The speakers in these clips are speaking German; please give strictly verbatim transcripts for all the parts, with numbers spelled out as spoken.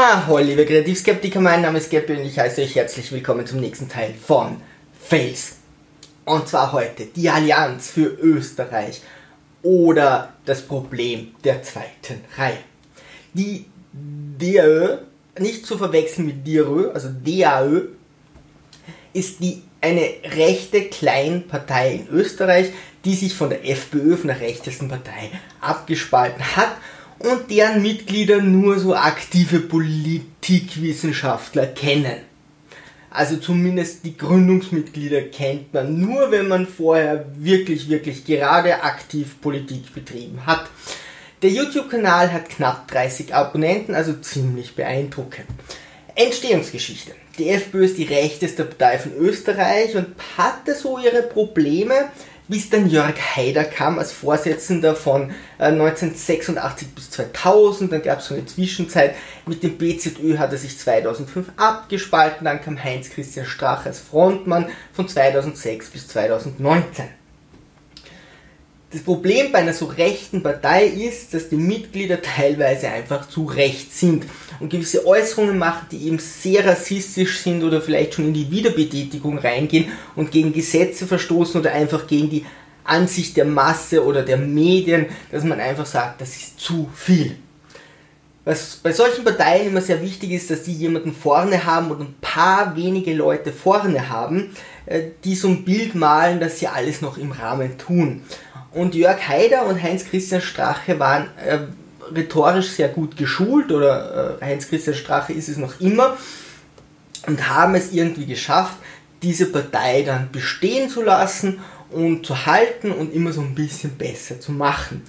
Ahoi, liebe Kreativskeptiker, mein Name ist Gabby und ich heiße euch herzlich willkommen zum nächsten Teil von Fails. Und zwar heute die Allianz für Österreich oder das Problem der zweiten Reihe. Die D A Ö, nicht zu verwechseln mit D A Ö, also D A Ö, ist die, eine rechte Kleinpartei in Österreich, die sich von der FPÖ, von der rechtesten Partei, abgespalten hat und deren Mitglieder nur so aktive Politikwissenschaftler kennen. Also zumindest die Gründungsmitglieder kennt man nur, wenn man vorher wirklich, wirklich gerade aktiv Politik betrieben hat. Der YouTube-Kanal hat knapp dreißig Abonnenten, also ziemlich beeindruckend. Entstehungsgeschichte. Die FPÖ ist die rechteste Partei von Österreich und hatte so ihre Probleme, bis dann Jörg Haider kam als Vorsitzender von äh, neunzehnhundertsechsundachtzig bis zweitausend, dann gab es so eine Zwischenzeit, mit dem B Z Ö hat er sich zweitausendfünf abgespalten, dann kam Heinz-Christian Strache als Frontmann von zweitausendsechs bis zweitausendneunzehn. Das Problem bei einer so rechten Partei ist, dass die Mitglieder teilweise einfach zu rechts sind und gewisse Äußerungen machen, die eben sehr rassistisch sind oder vielleicht schon in die Wiederbetätigung reingehen und gegen Gesetze verstoßen oder einfach gegen die Ansicht der Masse oder der Medien, dass man einfach sagt, das ist zu viel. Was bei solchen Parteien immer sehr wichtig ist, dass die jemanden vorne haben und ein paar wenige Leute vorne haben, die so ein Bild malen, dass sie alles noch im Rahmen tun. Und Jörg Haider und Heinz-Christian Strache waren äh, rhetorisch sehr gut geschult, oder äh, Heinz-Christian Strache ist es noch immer, und haben es irgendwie geschafft, diese Partei dann bestehen zu lassen und zu halten und immer so ein bisschen besser zu machen.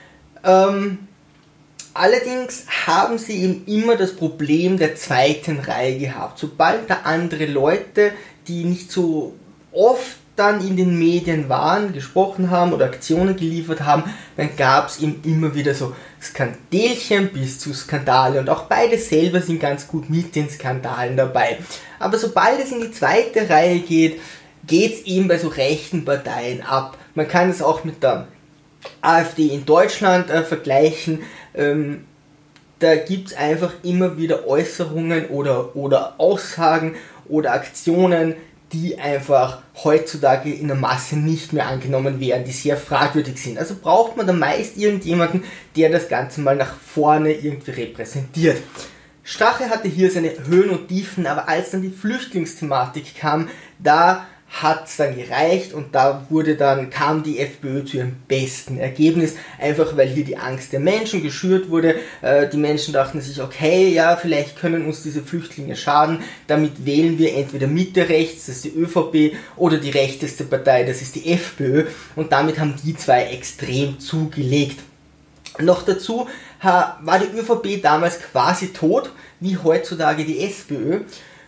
Ähm, allerdings haben sie eben immer das Problem der zweiten Reihe gehabt. Sobald da andere Leute, die nicht so oft dann in den Medien waren, gesprochen haben oder Aktionen geliefert haben, dann gab es eben immer wieder so Skandelchen bis zu Skandale und auch beide selber sind ganz gut mit den Skandalen dabei. Aber sobald es in die zweite Reihe geht, geht es eben bei so rechten Parteien ab. Man kann es auch mit der AfD in Deutschland äh, vergleichen. Ähm, da gibt es einfach immer wieder Äußerungen oder, oder Aussagen oder Aktionen, die einfach heutzutage in der Masse nicht mehr angenommen werden, die sehr fragwürdig sind. Also braucht man da meist irgendjemanden, der das Ganze mal nach vorne irgendwie repräsentiert. Strache hatte hier seine Höhen und Tiefen, aber als dann die Flüchtlingsthematik kam, da hat es dann gereicht und da wurde dann, kam die FPÖ zu ihrem besten Ergebnis, einfach weil hier die Angst der Menschen geschürt wurde. Äh, die Menschen dachten sich, okay, ja, vielleicht können uns diese Flüchtlinge schaden, damit wählen wir entweder Mitte rechts, das ist die ÖVP, oder die rechteste Partei, das ist die FPÖ, und damit haben die zwei extrem zugelegt. Noch dazu ha, war die ÖVP damals quasi tot, wie heutzutage die SPÖ,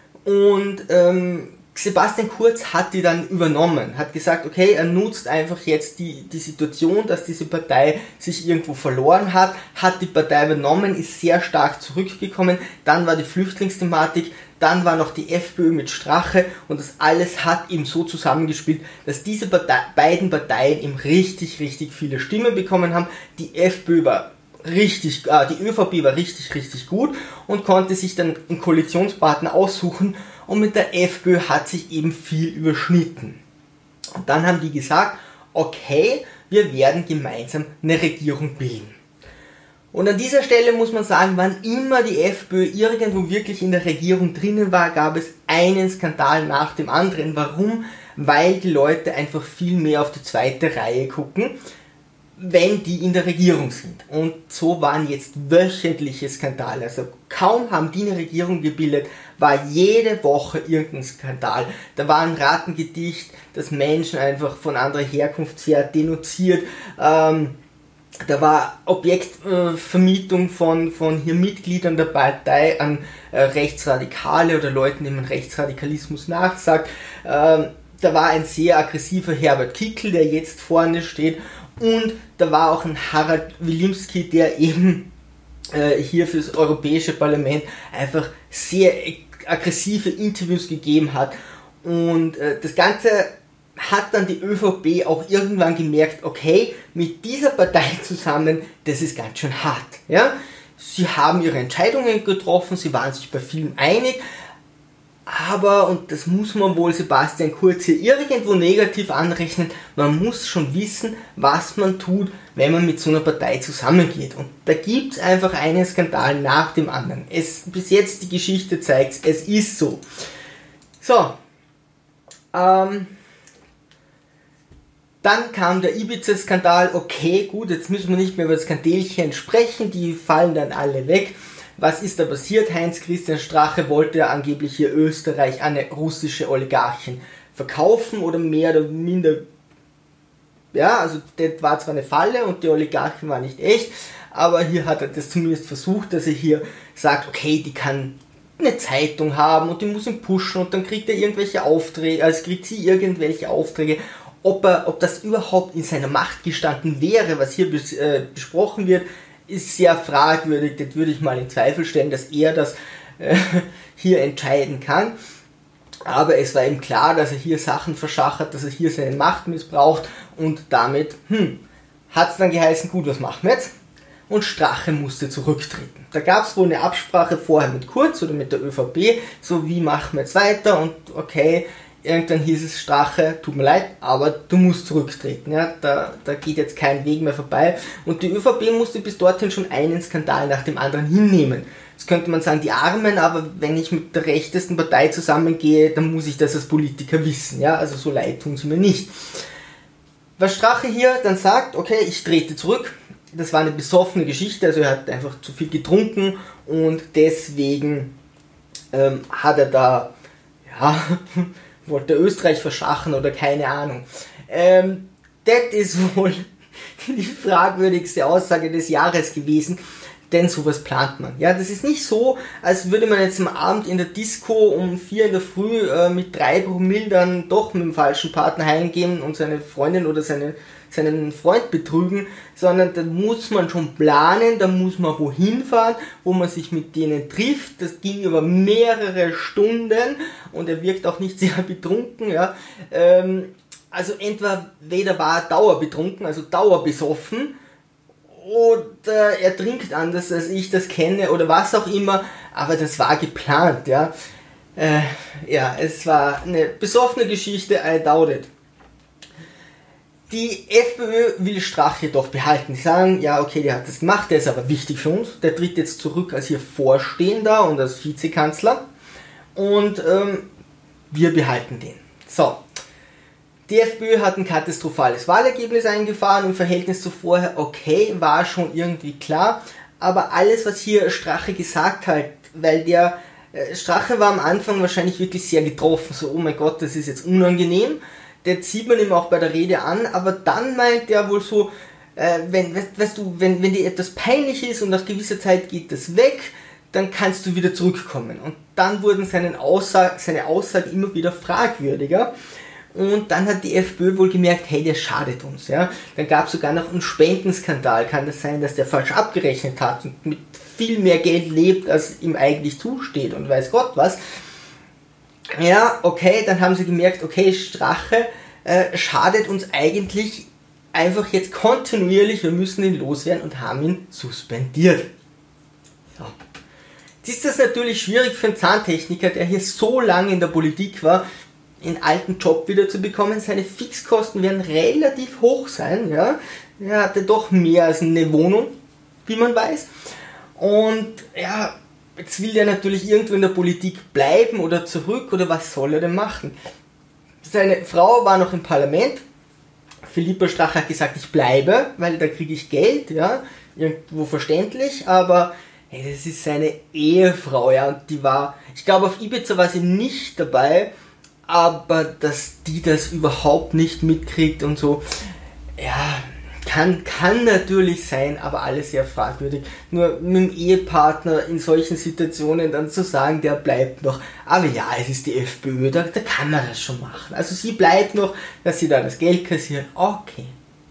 und ähm, Sebastian Kurz hat die dann übernommen, hat gesagt, okay, er nutzt einfach jetzt die, die Situation, dass diese Partei sich irgendwo verloren hat, hat die Partei übernommen, ist sehr stark zurückgekommen, dann war die Flüchtlingsthematik, dann war noch die FPÖ mit Strache und das alles hat ihm so zusammengespielt, dass diese Partei, beiden Parteien ihm richtig, richtig viele Stimmen bekommen haben. Die FPÖ war richtig, äh, die ÖVP war richtig, richtig gut und konnte sich dann einen Koalitionspartner aussuchen. Und mit der FPÖ hat sich eben viel überschnitten. Und dann haben die gesagt, okay, wir werden gemeinsam eine Regierung bilden. Und an dieser Stelle muss man sagen, wann immer die FPÖ irgendwo wirklich in der Regierung drinnen war, gab es einen Skandal nach dem anderen. Warum? Weil die Leute einfach viel mehr auf die zweite Reihe gucken, wenn die in der Regierung sind. Und so waren jetzt wöchentliche Skandale. Also kaum haben die eine Regierung gebildet, war jede Woche irgendein Skandal. Da war ein Ratengedicht, das Menschen einfach von anderer Herkunft her denunziert. Ähm, da war Objektvermietung äh, von, von hier Mitgliedern der Partei an äh, Rechtsradikale oder Leuten, denen man Rechtsradikalismus nachsagt. Ähm, da war ein sehr aggressiver Herbert Kickl, der jetzt vorne steht. Und da war auch ein Harald Wilimski, der eben äh, hier fürs Europäische Parlament einfach sehr aggressive Interviews gegeben hat. Und äh, das Ganze hat dann die ÖVP auch irgendwann gemerkt, okay, mit dieser Partei zusammen, das ist ganz schön hart. Ja? sie haben ihre Entscheidungen getroffen, sie waren sich bei vielen einig, aber, und das muss man wohl Sebastian Kurz hier irgendwo negativ anrechnen, man muss schon wissen, was man tut, wenn man mit so einer Partei zusammengeht. Und da gibt es einfach einen Skandal nach dem anderen. Es, bis jetzt die Geschichte zeigt, es ist so. So, ähm, dann kam der Ibiza-Skandal. Okay, gut, jetzt müssen wir nicht mehr über das Skandelchen sprechen, die fallen dann alle weg. Was ist da passiert? Heinz-Christian Strache wollte angeblich hier Österreich an russische Oligarchen verkaufen oder mehr oder minder, ja, also das war zwar eine Falle und die Oligarchen waren nicht echt, aber hier hat er das zumindest versucht, dass er hier sagt, okay, die kann eine Zeitung haben und die muss ihn pushen und dann kriegt er irgendwelche Aufträge, also kriegt sie irgendwelche Aufträge. Ob, er, ob das überhaupt in seiner Macht gestanden wäre, was hier bes, äh, besprochen wird, ist sehr fragwürdig. Das würde ich mal in Zweifel stellen, dass er das äh, hier entscheiden kann. Aber es war ihm klar, dass er hier Sachen verschachert, dass er hier seine Macht missbraucht und damit hm, hat es dann geheißen, gut, was machen wir jetzt? Und Strache musste zurücktreten. Da gab es wohl eine Absprache vorher mit Kurz oder mit der ÖVP, so wie machen wir jetzt weiter und okay, irgendwann hieß es, Strache, tut mir leid, aber du musst zurücktreten. Ja? Da, da geht jetzt kein Weg mehr vorbei. Und die ÖVP musste bis dorthin schon einen Skandal nach dem anderen hinnehmen. Jetzt könnte man sagen, die Armen, aber wenn ich mit der rechtesten Partei zusammengehe, dann muss ich das als Politiker wissen. Ja? Also so leid tun sie mir nicht. Was Strache hier dann sagt, okay, ich trete zurück, das war eine besoffene Geschichte, also er hat einfach zu viel getrunken und deswegen ähm, hat er da, ja, wollte Österreich verschachen oder keine Ahnung. Ähm, das ist wohl die fragwürdigste Aussage des Jahres gewesen, denn sowas plant man. Ja, das ist nicht so, als würde man jetzt am Abend in der Disco um vier in der Früh äh, mit drei Promille dann doch mit dem falschen Partner heimgehen und seine Freundin oder seine, seinen Freund betrügen, sondern da muss man schon planen, da muss man wohin fahren, wo man sich mit denen trifft. Das ging über mehrere Stunden und er wirkt auch nicht sehr betrunken. Ja. Ähm, also entweder weder war er dauerbetrunken, also dauerbesoffen, oder er trinkt anders, als ich das kenne, oder was auch immer, aber das war geplant, ja. Äh, ja, es war eine besoffene Geschichte, I doubt it. Die FPÖ will Strache jedoch behalten. Die sagen, ja, okay, der hat das gemacht, der ist aber wichtig für uns, der tritt jetzt zurück als hier Vorstehender und als Vizekanzler und ähm, wir behalten den. So. Die FPÖ hat ein katastrophales Wahlergebnis eingefahren, im Verhältnis zu vorher, okay, war schon irgendwie klar, aber alles, was hier Strache gesagt hat, weil der äh, Strache war am Anfang wahrscheinlich wirklich sehr getroffen, so, oh mein Gott, das ist jetzt unangenehm, das sieht man ihm auch bei der Rede an, aber dann meint er wohl so, äh, wenn, weißt, weißt du, wenn, wenn dir etwas peinlich ist und nach gewisser Zeit geht das weg, dann kannst du wieder zurückkommen. Und dann wurden seine Aussagen, seine Aussagen immer wieder fragwürdiger. Und dann hat die FPÖ wohl gemerkt, hey, der schadet uns. Ja? Dann gab es sogar noch einen Spendenskandal. Kann das sein, dass der falsch abgerechnet hat und mit viel mehr Geld lebt, als ihm eigentlich zusteht und weiß Gott was. Ja, okay, dann haben sie gemerkt, okay, Strache äh, schadet uns eigentlich einfach jetzt kontinuierlich, wir müssen ihn loswerden und haben ihn suspendiert. So. Jetzt ist das natürlich schwierig für einen Zahntechniker, der hier so lange in der Politik war, einen alten Job wieder zu bekommen. Seine Fixkosten werden relativ hoch sein. Ja? Er hatte doch mehr als eine Wohnung, wie man weiß. Und ja, jetzt will er natürlich irgendwo in der Politik bleiben oder zurück oder was soll er denn machen? Seine Frau war noch im Parlament. Philippa Strache hat gesagt, ich bleibe, weil da kriege ich Geld. Ja? Irgendwo verständlich, aber hey, das ist seine Ehefrau. Ja? Und die war, ich glaube auf Ibiza war sie nicht dabei, aber dass die das überhaupt nicht mitkriegt und so, ja, kann, kann natürlich sein, aber alles sehr fragwürdig. Nur mit dem Ehepartner in solchen Situationen dann zu sagen, der bleibt noch, aber ja, es ist die FPÖ, da, da kann man das schon machen. Also sie bleibt noch, dass sie da das Geld kassiert, okay.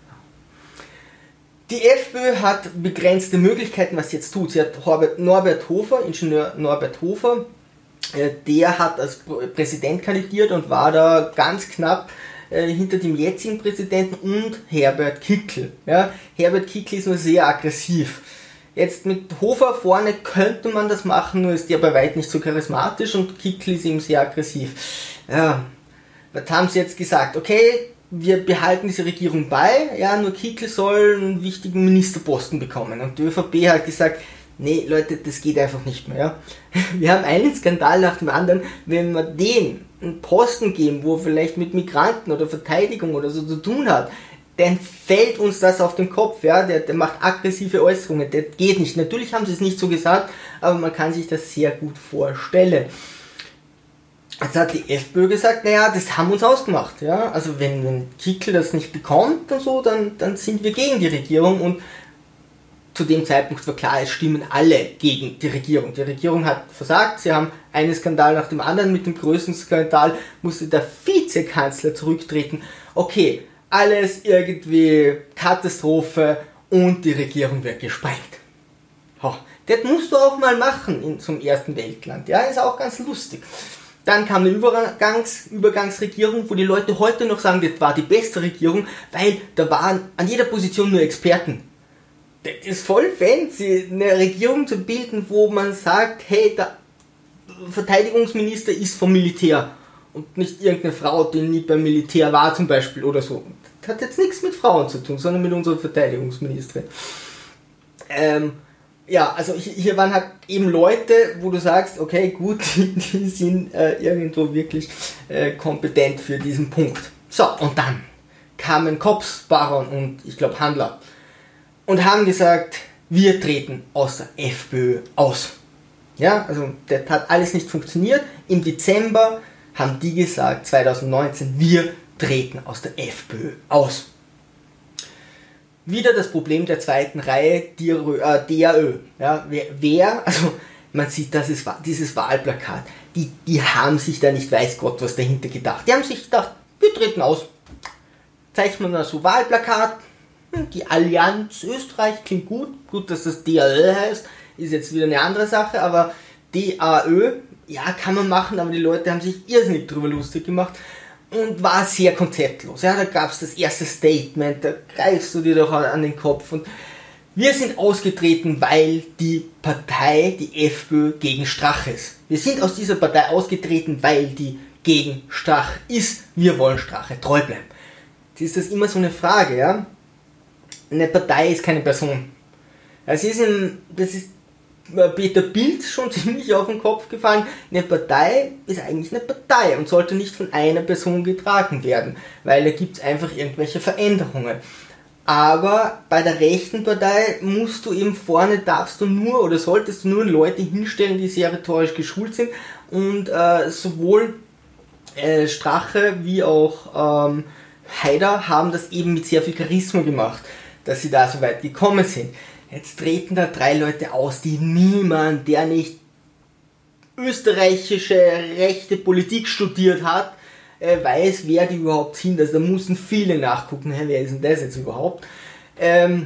Die FPÖ hat begrenzte Möglichkeiten, was sie jetzt tut. Sie hat Norbert Hofer, Ingenieur Norbert Hofer, der hat als Präsident kandidiert und war da ganz knapp äh, hinter dem jetzigen Präsidenten und Herbert Kickl. Ja, Herbert Kickl ist nur sehr aggressiv. Jetzt mit Hofer vorne könnte man das machen, nur ist der bei weitem nicht so charismatisch und Kickl ist eben sehr aggressiv. Ja, was haben sie jetzt gesagt? Okay, wir behalten diese Regierung bei, ja, nur Kickl soll einen wichtigen Ministerposten bekommen. Und die ÖVP hat gesagt, nee, Leute, das geht einfach nicht mehr. Ja. Wir haben einen Skandal nach dem anderen, wenn wir dem einen Posten geben, wo er vielleicht mit Migranten oder Verteidigung oder so zu tun hat, dann fällt uns das auf den Kopf, ja, der, der macht aggressive Äußerungen, der geht nicht. Natürlich haben sie es nicht so gesagt, aber man kann sich das sehr gut vorstellen. Jetzt hat die FPÖ gesagt, naja, das haben wir uns ausgemacht, ja, also wenn, wenn Kickl das nicht bekommt und so, dann, dann sind wir gegen die Regierung und zu dem Zeitpunkt war klar, es stimmen alle gegen die Regierung. Die Regierung hat versagt, sie haben einen Skandal nach dem anderen, mit dem größten Skandal musste der Vizekanzler zurücktreten. Okay, alles irgendwie Katastrophe und die Regierung wird gesprengt. Oh, das musst du auch mal machen in so einem ersten Weltland, ja, ist auch ganz lustig. Dann kam eine Übergangs Übergangsregierung, wo die Leute heute noch sagen, das war die beste Regierung, weil da waren an jeder Position nur Experten. Das ist voll fancy, eine Regierung zu bilden, wo man sagt, hey, der Verteidigungsminister ist vom Militär und nicht irgendeine Frau, die nie beim Militär war zum Beispiel oder so. Das hat jetzt nichts mit Frauen zu tun, sondern mit unserer Verteidigungsministerin. Ähm, ja, also hier waren halt eben Leute, wo du sagst, okay, gut, die, die sind äh, irgendwo wirklich äh, kompetent für diesen Punkt. So, und dann kamen Kops, Baron und ich glaube Handler und haben gesagt, wir treten aus der FPÖ aus. Ja, also das hat alles nicht funktioniert. Im Dezember haben die gesagt, zwanzig neunzehn, wir treten aus der FPÖ aus. Wieder das Problem der zweiten Reihe, D A Ö. Ja, wer, wer, also man sieht, das ist dieses Wahlplakat, die, die haben sich da nicht weiß Gott was dahinter gedacht. Die haben sich gedacht, wir treten aus. Zeigt man da so Wahlplakat, die Allianz Österreich klingt gut, gut, dass das D A Ö heißt, ist jetzt wieder eine andere Sache, aber D A Ö, ja, kann man machen, aber die Leute haben sich irrsinnig drüber lustig gemacht und war sehr konzeptlos. Ja, da gab es das erste Statement, da greifst du dir doch an den Kopf und wir sind ausgetreten, weil die Partei, die FPÖ, gegen Strache ist. Wir sind aus dieser Partei ausgetreten, weil die gegen Strache ist. Wir wollen Strache treu bleiben. Jetzt ist das immer so eine Frage, ja. Eine Partei ist keine Person. Das ist, ein, das ist Peter Pilz schon ziemlich auf den Kopf gefallen. Eine Partei ist eigentlich eine Partei und sollte nicht von einer Person getragen werden, weil da gibt es einfach irgendwelche Veränderungen. Aber bei der rechten Partei musst du eben vorne, darfst du nur oder solltest du nur Leute hinstellen, die sehr rhetorisch geschult sind und äh, sowohl äh, Strache wie auch ähm, Haider haben das eben mit sehr viel Charisma gemacht, dass sie da so weit gekommen sind. Jetzt treten da drei Leute aus, die niemand, der nicht österreichische rechte Politik studiert hat, äh, weiß, wer die überhaupt sind. Also da mussten viele nachgucken, hey, wer ist denn das jetzt überhaupt? Ähm,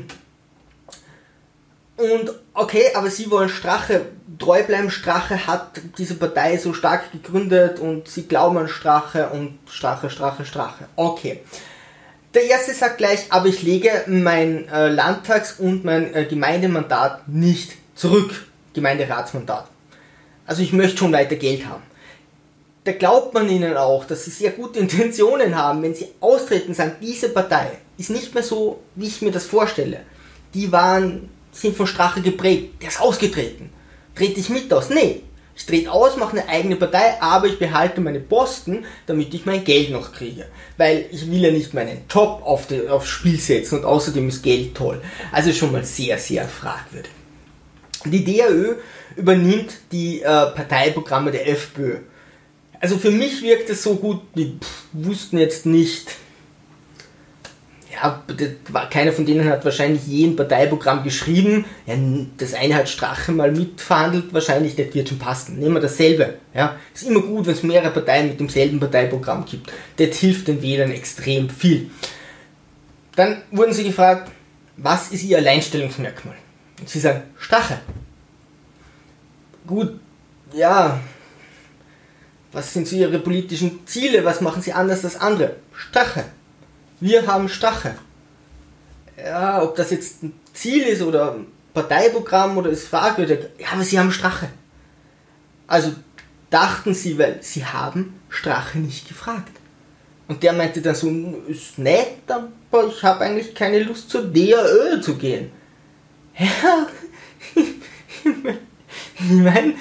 und okay, aber sie wollen Strache treu bleiben. Strache hat diese Partei so stark gegründet und sie glauben an Strache und Strache, Strache, Strache. Okay. Der erste sagt gleich, aber ich lege mein äh, Landtags- und mein äh, Gemeindemandat nicht zurück, Gemeinderatsmandat. Also ich möchte schon weiter Geld haben. Da glaubt man ihnen auch, dass sie sehr gute Intentionen haben, wenn sie austreten, sagen, diese Partei ist nicht mehr so, wie ich mir das vorstelle. Die waren, sind von Strache geprägt, der ist ausgetreten. Trete ich mit aus? Nee. Ich trete aus, mache eine eigene Partei, aber ich behalte meine Posten, damit ich mein Geld noch kriege. Weil ich will ja nicht meinen Job auf die, aufs Spiel setzen und außerdem ist Geld toll. Also schon mal sehr, sehr fragwürdig. Die D A Ö übernimmt die äh, Parteiprogramme der FPÖ. Also für mich wirkt es so gut, die pff, wussten jetzt nicht, ja, keiner von denen hat wahrscheinlich je ein Parteiprogramm geschrieben. Ja, das eine hat Strache mal mitverhandelt, wahrscheinlich, das wird schon passen. Nehmen wir dasselbe. Ja. Ist immer gut, wenn es mehrere Parteien mit demselben Parteiprogramm gibt. Das hilft den Wählern extrem viel. Dann wurden sie gefragt, was ist ihr Alleinstellungsmerkmal? Und sie sagen, Strache. Gut, ja, was sind so ihre politischen Ziele? Was machen sie anders als andere? Strache. Wir haben Strache. Ja, ob das jetzt ein Ziel ist oder Parteiprogramm oder es fragwürdig. Ja, aber sie haben Strache. Also dachten sie, weil sie haben Strache nicht gefragt. Und der meinte dann so, ist nett, aber ich habe eigentlich keine Lust zur D A Ö zu gehen. Ja, ich meine,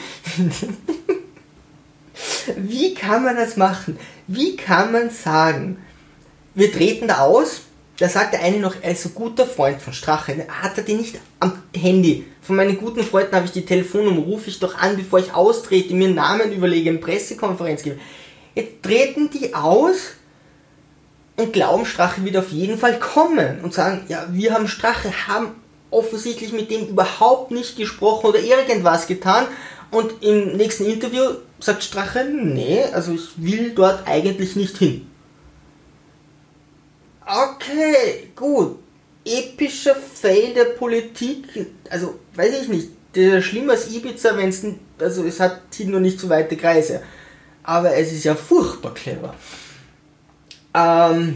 wie kann man das machen? Wie kann man sagen, wir treten da aus? Da sagt der eine noch, er ist ein guter Freund von Strache. Hat er den nicht am Handy? Von meinen guten Freunden habe ich die Telefonnummer, rufe ich doch an, bevor ich austrete, mir einen Namen überlege, eine Pressekonferenz gebe. Jetzt treten die aus und glauben, Strache wird auf jeden Fall kommen und sagen, ja, wir haben Strache, haben offensichtlich mit dem überhaupt nicht gesprochen oder irgendwas getan. Und im nächsten Interview sagt Strache, nee, also ich will dort eigentlich nicht hin. Okay, gut. Epischer Fail der Politik, also weiß ich nicht, der ist schlimmer als Ibiza, wenn es, also es hat zieht nur nicht so weite Kreise. Aber es ist ja furchtbar clever. Ähm,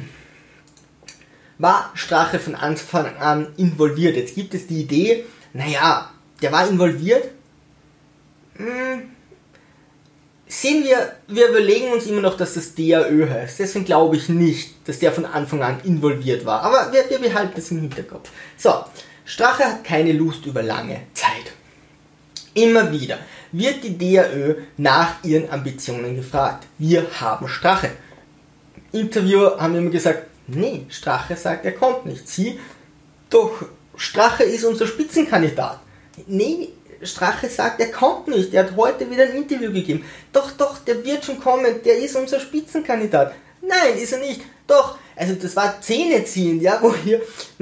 war Strache von Anfang an involviert? Jetzt gibt es die Idee, naja, der war involviert. Hm, sehen wir, wir überlegen uns immer noch, dass das D A Ö heißt. Deswegen glaube ich nicht, dass der von Anfang an involviert war. Aber wir, wir behalten es im Hinterkopf. So, Strache hat keine Lust über lange Zeit. Immer wieder wird die D A Ö nach ihren Ambitionen gefragt. Wir haben Strache. Interviewer haben immer gesagt, nee, Strache sagt, er kommt nicht. Sie, doch, Strache ist unser Spitzenkandidat. Nee, Strache sagt, er kommt nicht. Er hat heute wieder ein Interview gegeben. Doch, doch, der wird schon kommen. Der ist unser Spitzenkandidat. Nein, ist er nicht. Doch, also das war zähneziehend, ja, wo hier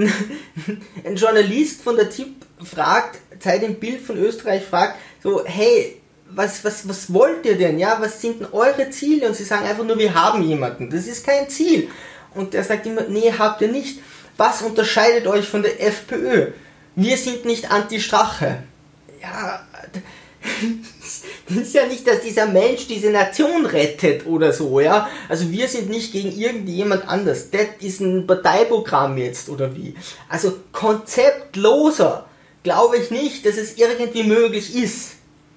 ein Journalist von der T I P fragt, Zeit im Bild von Österreich fragt, so, hey, was, was, was wollt ihr denn, ja, was sind denn eure Ziele? Und sie sagen einfach nur, wir haben jemanden. Das ist kein Ziel. Und der sagt immer, nee, habt ihr nicht. Was unterscheidet euch von der FPÖ? Wir sind nicht anti-Strache. Ja, das ist ja nicht, dass dieser Mensch diese Nation rettet oder so, ja. Also wir sind nicht gegen irgendjemand anders. Das ist ein Parteiprogramm jetzt, oder wie? Also konzeptloser glaube ich nicht, dass es irgendwie möglich ist.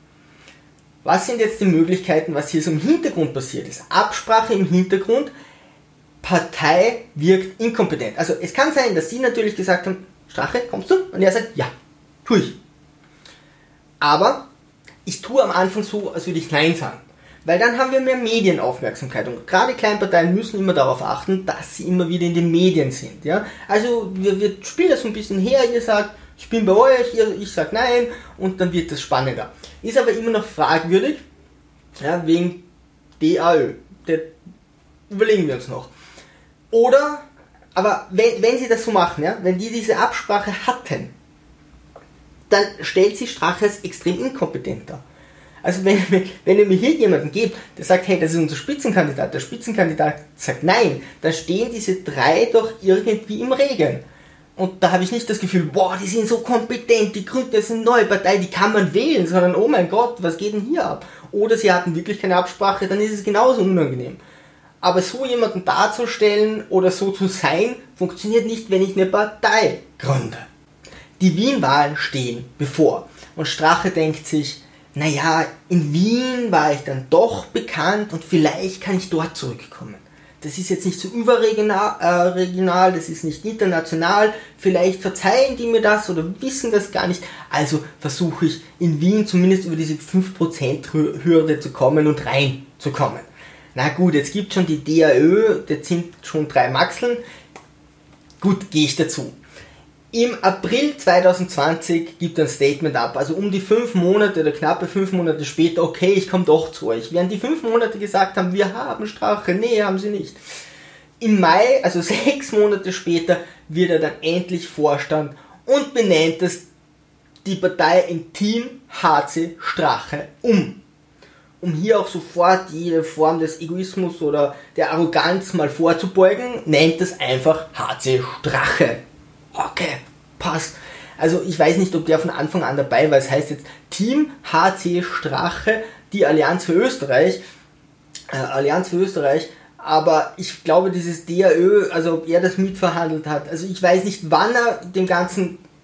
Was sind jetzt die Möglichkeiten, was hier so im Hintergrund passiert ist? Absprache im Hintergrund, Partei wirkt inkompetent. Also es kann sein, dass sie natürlich gesagt haben, Strache, kommst du? Und er sagt, ja, tue ich. Aber ich tue am Anfang so, als würde ich Nein sagen. Weil dann haben wir mehr Medienaufmerksamkeit. Und gerade Kleinparteien müssen immer darauf achten, dass sie immer wieder in den Medien sind. Ja? Also wir, wir spielen das so ein bisschen her, ihr sagt, ich bin bei euch, ihr, ich sage Nein, und dann wird das spannender. Ist aber immer noch fragwürdig, ja, wegen D A Ö. Das überlegen wir uns noch. Oder, aber wenn, wenn sie das so machen, ja, wenn die diese Absprache hatten, dann stellt sich Strache als extrem inkompetent dar. Also wenn, wenn ihr mir hier jemanden gebt, der sagt, hey, das ist unser Spitzenkandidat, der Spitzenkandidat sagt nein, dann stehen diese drei doch irgendwie im Regen. Und da habe ich nicht das Gefühl, boah, die sind so kompetent, die gründen jetzt eine neue Partei, die kann man wählen, sondern oh mein Gott, was geht denn hier ab? Oder sie hatten wirklich keine Absprache, dann ist es genauso unangenehm. Aber so jemanden darzustellen oder so zu sein, funktioniert nicht, wenn ich eine Partei gründe. Die Wien-Wahlen stehen bevor. Und Strache denkt sich, naja, in Wien war ich dann doch bekannt und vielleicht kann ich dort zurückkommen. Das ist jetzt nicht so überregional, äh, regional, das ist nicht international, vielleicht verzeihen die mir das oder wissen das gar nicht. Also versuche ich in Wien zumindest über diese fünf Prozent Hürde zu kommen und reinzukommen. Na gut, jetzt gibt es schon die D A Ö, das sind schon drei Maxeln. Gut, gehe ich dazu. Im April zwanzig zwanzig gibt ein Statement ab, also um die fünf Monate oder knappe fünf Monate später, okay, ich komme doch zu euch. Während die fünf Monate gesagt haben, wir haben Strache, nee, haben sie nicht. Im Mai, also sechs Monate später, wird er dann endlich Vorstand und benennt es die Partei in Team H C Strache um. Um hier auch sofort jede Form des Egoismus oder der Arroganz mal vorzubeugen, nennt es einfach H C Strache. Okay, passt. Also ich weiß nicht, ob der von Anfang an dabei war. Es heißt jetzt Team H C Strache, die Allianz für Österreich. Äh, Allianz für Österreich. Aber ich glaube, dieses D A Ö, also ob er das mitverhandelt hat. Also ich weiß nicht, wann er dem Ganzen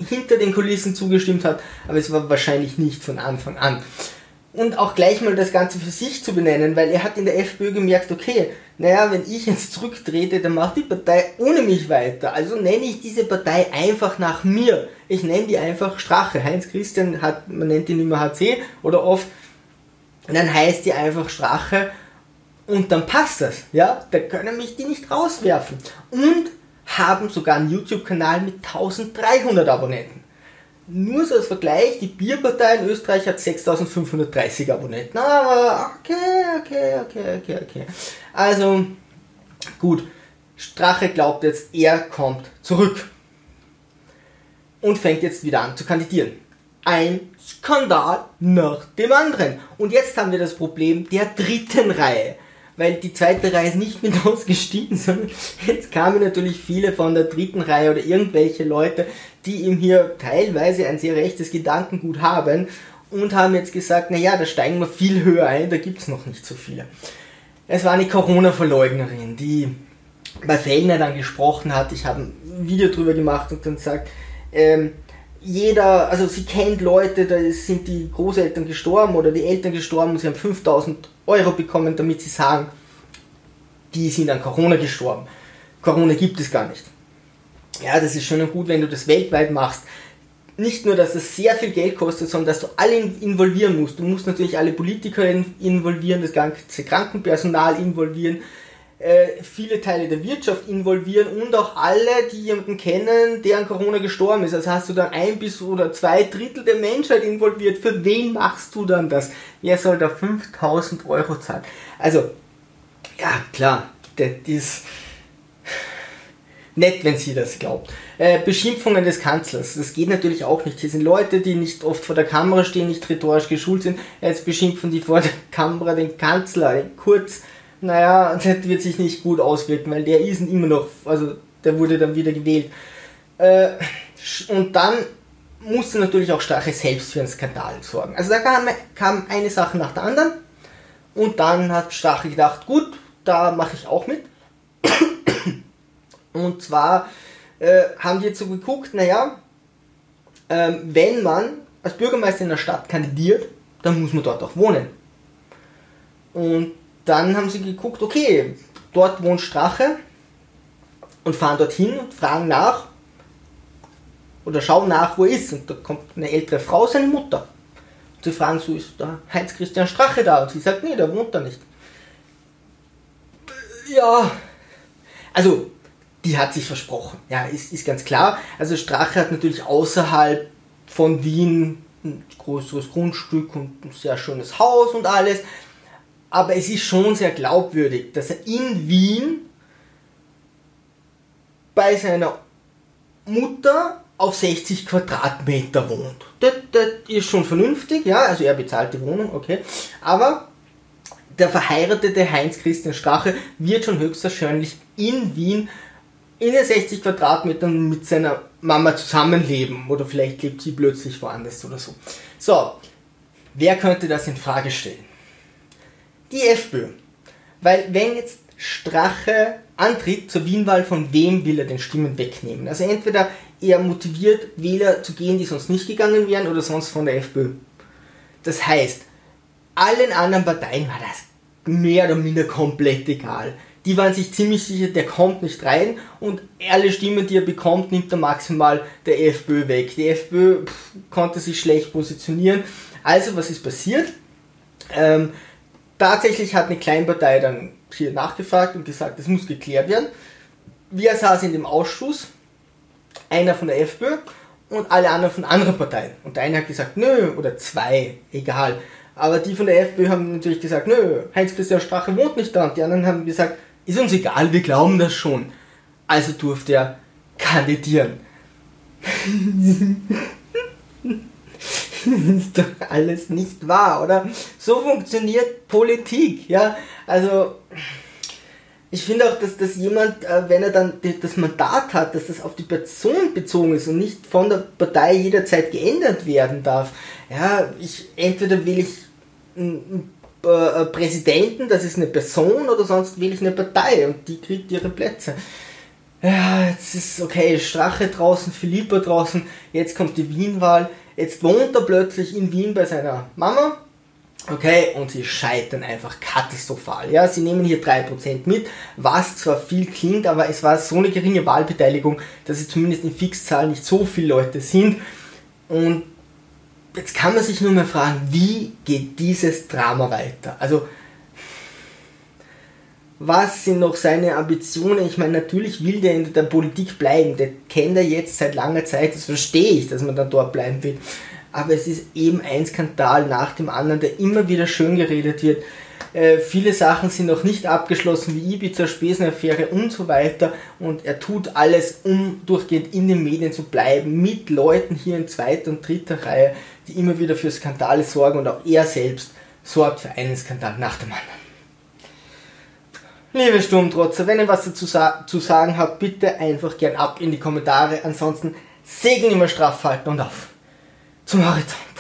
hinter den Kulissen zugestimmt hat, aber es war wahrscheinlich nicht von Anfang an. Und auch gleich mal das Ganze für sich zu benennen, weil er hat in der FPÖ gemerkt, okay, naja, wenn ich jetzt zurücktrete, dann macht die Partei ohne mich weiter. Also nenne ich diese Partei einfach nach mir. Ich nenne die einfach Strache. Heinz Christian hat, man nennt ihn immer H C oder oft, dann heißt die einfach Strache und dann passt das. Ja, da können mich die nicht rauswerfen. Und haben sogar einen YouTube-Kanal mit eintausenddreihundert Abonnenten. Nur so als Vergleich, die Bierpartei in Österreich hat sechstausendfünfhundertdreißig Abonnenten. Aber okay, okay, okay, okay, okay. Also, gut. Strache glaubt jetzt, er kommt zurück. Und fängt jetzt wieder an zu kandidieren. Ein Skandal nach dem anderen. Und jetzt haben wir das Problem der dritten Reihe. Weil die zweite Reihe ist nicht mit uns gestiegen, sondern jetzt kamen natürlich viele von der dritten Reihe oder irgendwelche Leute, die ihm hier teilweise ein sehr rechtes Gedankengut haben und haben jetzt gesagt, naja, da steigen wir viel höher ein, da gibt es noch nicht so viele. Es war eine Corona-Verleugnerin, die bei Fellner dann gesprochen hat, ich habe ein Video drüber gemacht und dann sagt, ähm, jeder, also sie kennt Leute, da sind die Großeltern gestorben oder die Eltern gestorben und sie haben fünftausend Euro bekommen, damit sie sagen, die sind an Corona gestorben. Corona gibt es gar nicht. Ja, das ist schön und gut, wenn du das weltweit machst. Nicht nur, dass es sehr viel Geld kostet, sondern dass du alle involvieren musst. Du musst natürlich alle Politiker involvieren, das ganze Krankenpersonal involvieren, äh, viele Teile der Wirtschaft involvieren und auch alle, die jemanden kennen, der an Corona gestorben ist. Also hast du dann ein bis oder zwei Drittel der Menschheit involviert. Für wen machst du dann das? Wer soll da fünftausend Euro zahlen? Also, ja, klar, das ist nett, wenn sie das glaubt. Äh, Beschimpfungen des Kanzlers, das geht natürlich auch nicht. Hier sind Leute, die nicht oft vor der Kamera stehen, nicht rhetorisch geschult sind. Jetzt beschimpfen die vor der Kamera den Kanzler, den Kurz. Naja, das wird sich nicht gut auswirken, weil der ist immer noch, also der wurde dann wieder gewählt. Äh, und dann musste natürlich auch Strache selbst für einen Skandal sorgen. Also da kam, kam eine Sache nach der anderen und dann hat Strache gedacht, gut, da mache ich auch mit. Und zwar äh, haben die jetzt so geguckt, naja, äh, wenn man als Bürgermeister in der Stadt kandidiert, dann muss man dort auch wohnen. Und dann haben sie geguckt, okay, dort wohnt Strache und fahren dorthin und fragen nach oder schauen nach, wo er ist. Und da kommt eine ältere Frau, seine Mutter. Und sie fragen, so ist da Heinz Christian Strache da? Und sie sagt, nee, der wohnt da nicht. Ja, also die hat sich versprochen, ja, ist, ist ganz klar. Also Strache hat natürlich außerhalb von Wien ein größeres Grundstück und ein sehr schönes Haus und alles. Aber es ist schon sehr glaubwürdig, dass er in Wien bei seiner Mutter auf sechzig Quadratmeter wohnt. Das, das ist schon vernünftig, ja, also er bezahlt die Wohnung, okay. Aber der verheiratete Heinz Christian Strache wird schon höchstwahrscheinlich in Wien in den sechzig Quadratmetern mit seiner Mama zusammenleben. Oder vielleicht lebt sie plötzlich woanders oder so. So, wer könnte das in Frage stellen? Die FPÖ. Weil wenn jetzt Strache antritt zur Wienwahl, von wem will er den Stimmen wegnehmen? Also entweder er motiviert Wähler zu gehen, die sonst nicht gegangen wären, oder sonst von der FPÖ. Das heißt, allen anderen Parteien war das mehr oder minder komplett egal. Die waren sich ziemlich sicher, der kommt nicht rein und alle Stimmen, die er bekommt, nimmt er maximal der FPÖ weg. Die FPÖ pff, konnte sich schlecht positionieren. Also was ist passiert? Ähm, Tatsächlich hat eine Kleinpartei dann hier nachgefragt und gesagt, das muss geklärt werden. Wir saßen in dem Ausschuss, einer von der FPÖ und alle anderen von anderen Parteien. Und der eine hat gesagt, nö, oder zwei, egal. Aber die von der FPÖ haben natürlich gesagt, nö, Heinz Christian Strache wohnt nicht da. Und die anderen haben gesagt, ist uns egal, wir glauben das schon. Also durfte er kandidieren. Das ist doch alles nicht wahr, oder? So funktioniert Politik, ja. Also, ich finde auch, dass, dass jemand, wenn er dann das Mandat hat, dass das auf die Person bezogen ist und nicht von der Partei jederzeit geändert werden darf. Ja, ich, entweder will ich einen äh, Präsidenten, das ist eine Person, oder sonst will ich eine Partei und die kriegt ihre Plätze. ja, jetzt ist okay, Strache draußen, Philippa draußen, jetzt kommt die Wien-Wahl, jetzt wohnt er plötzlich in Wien bei seiner Mama, okay, und sie scheitern einfach katastrophal. Ja, sie nehmen hier drei Prozent mit, was zwar viel klingt, aber es war so eine geringe Wahlbeteiligung, dass es zumindest in Fixzahlen nicht so viele Leute sind. Und jetzt kann man sich nur mehr fragen, wie geht dieses Drama weiter? Also, was sind noch seine Ambitionen? Ich meine, natürlich will der in der Politik bleiben. Der kennt er jetzt seit langer Zeit. Das verstehe ich, dass man dann dort bleiben will. Aber es ist eben ein Skandal nach dem anderen, der immer wieder schön geredet wird. Äh, viele Sachen sind noch nicht abgeschlossen, wie Ibiza, Spesenaffäre und so weiter. Und er tut alles, um durchgehend in den Medien zu bleiben, mit Leuten hier in zweiter und dritter Reihe, die immer wieder für Skandale sorgen. Und auch er selbst sorgt für einen Skandal nach dem anderen. Liebe Sturmtrotzer, wenn ihr was dazu sa- zu sagen habt, bitte einfach gern ab in die Kommentare. Ansonsten Segel immer straff halten und auf zum Horizont.